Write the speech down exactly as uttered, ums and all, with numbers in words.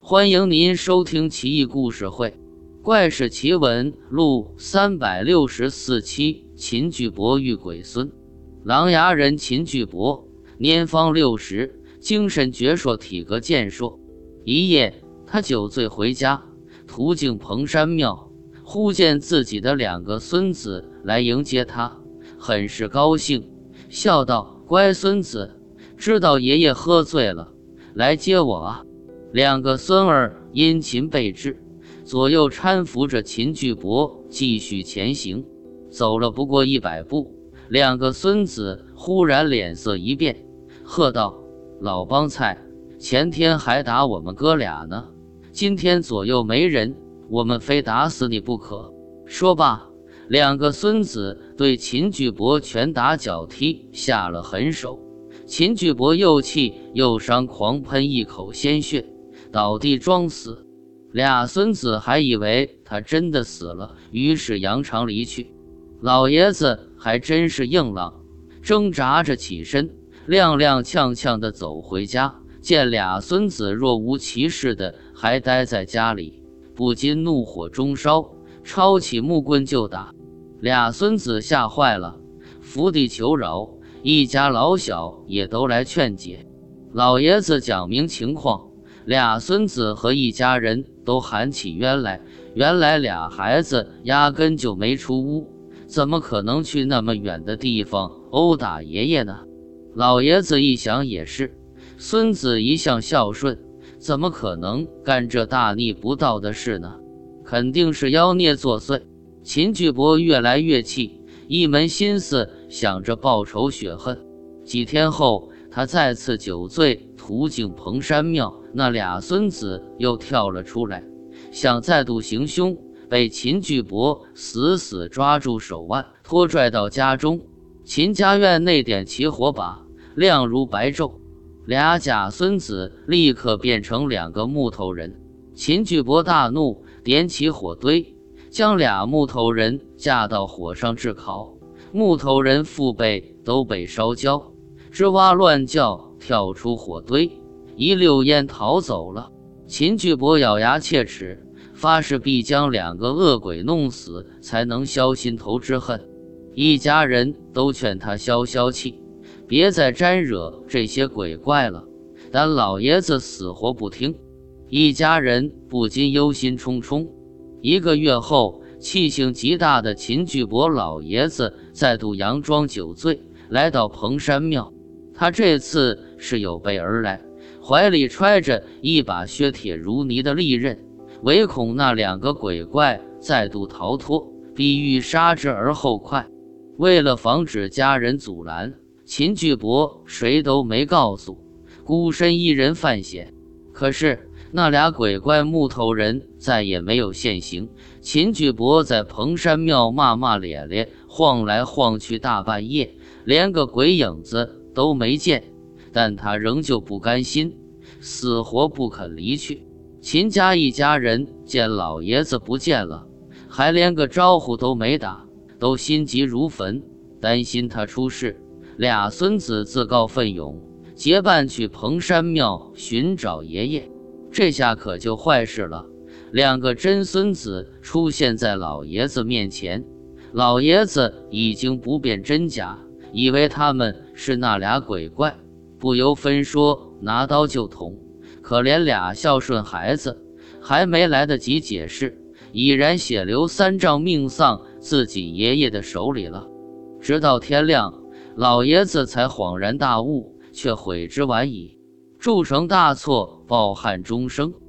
欢迎您收听奇异故事会《怪事奇闻录》三百六十四期。秦巨伯遇鬼孙。琅琊人秦巨伯年方六十，精神矍铄，体格健硕。一夜，他酒醉回家，途经蓬山庙，忽见自己的两个孙子来迎接他，很是高兴，笑道：“乖孙子，知道爷爷喝醉了，来接我啊！”两个孙儿殷勤备至，左右搀扶着秦巨伯继续前行。走了不过一百步，两个孙子忽然脸色一变，喝道：“老帮菜，前天还打我们哥俩呢，今天左右没人，我们非打死你不可！”说罢，两个孙子对秦巨伯拳打脚踢，下了狠手。秦巨伯又气又伤，狂喷一口鲜血，倒地装死。俩孙子还以为他真的死了，于是扬长离去。老爷子还真是硬朗，挣扎着起身，踉踉跄跄地走回家，见俩孙子若无其事的还待在家里，不禁怒火中烧，抄起木棍就打。俩孙子吓坏了，伏地求饶，一家老小也都来劝解。老爷子讲明情况，俩孙子和一家人都喊起冤来。原来俩孩子压根就没出屋，怎么可能去那么远的地方殴打爷爷呢？老爷子一想也是，孙子一向孝顺，怎么可能干这大逆不道的事呢？肯定是妖孽作祟。秦巨伯越来越气，一门心思想着报仇雪恨。几天后，他再次酒醉，途经蓬山庙，那俩孙子又跳了出来，想再度行凶，被秦巨伯死死抓住手腕，拖拽到家中。秦家院内点起火把，亮如白昼，俩假孙子立刻变成两个木头人。秦巨伯大怒，点起火堆，将俩木头人架到火上炙烤，木头人腹背都被烧焦，吱哇乱叫，跳出火堆，一溜烟逃走了。秦巨伯咬牙切齿，发誓必将两个恶鬼弄死，才能消心头之恨。一家人都劝他消消气，别再沾惹这些鬼怪了，但老爷子死活不听，一家人不禁忧心忡忡。一个月后，气性极大的秦巨伯老爷子再度佯装酒醉，来到蓬山庙。他这次是有备而来，怀里揣着一把削铁如泥的利刃，唯恐那两个鬼怪再度逃脱，必欲杀之而后快。为了防止家人阻拦，秦巨伯谁都没告诉，孤身一人犯险。可是那俩鬼怪木头人再也没有现形，秦巨伯在蓬山庙骂骂咧咧，晃来晃去大半夜，连个鬼影子都没见，但他仍旧不甘心，死活不肯离去。秦家一家人见老爷子不见了，还连个招呼都没打，都心急如焚，担心他出事。俩孙子自告奋勇，结伴去蓬山庙寻找爷爷。这下可就坏事了，两个真孙子出现在老爷子面前，老爷子已经不辨真假，以为他们是那俩鬼怪，不由分说拿刀就捅。可怜俩孝顺孩子，还没来得及解释，已然血流三丈，命丧自己爷爷的手里了。直到天亮，老爷子才恍然大悟，却悔之晚矣，铸成大错，抱憾终生。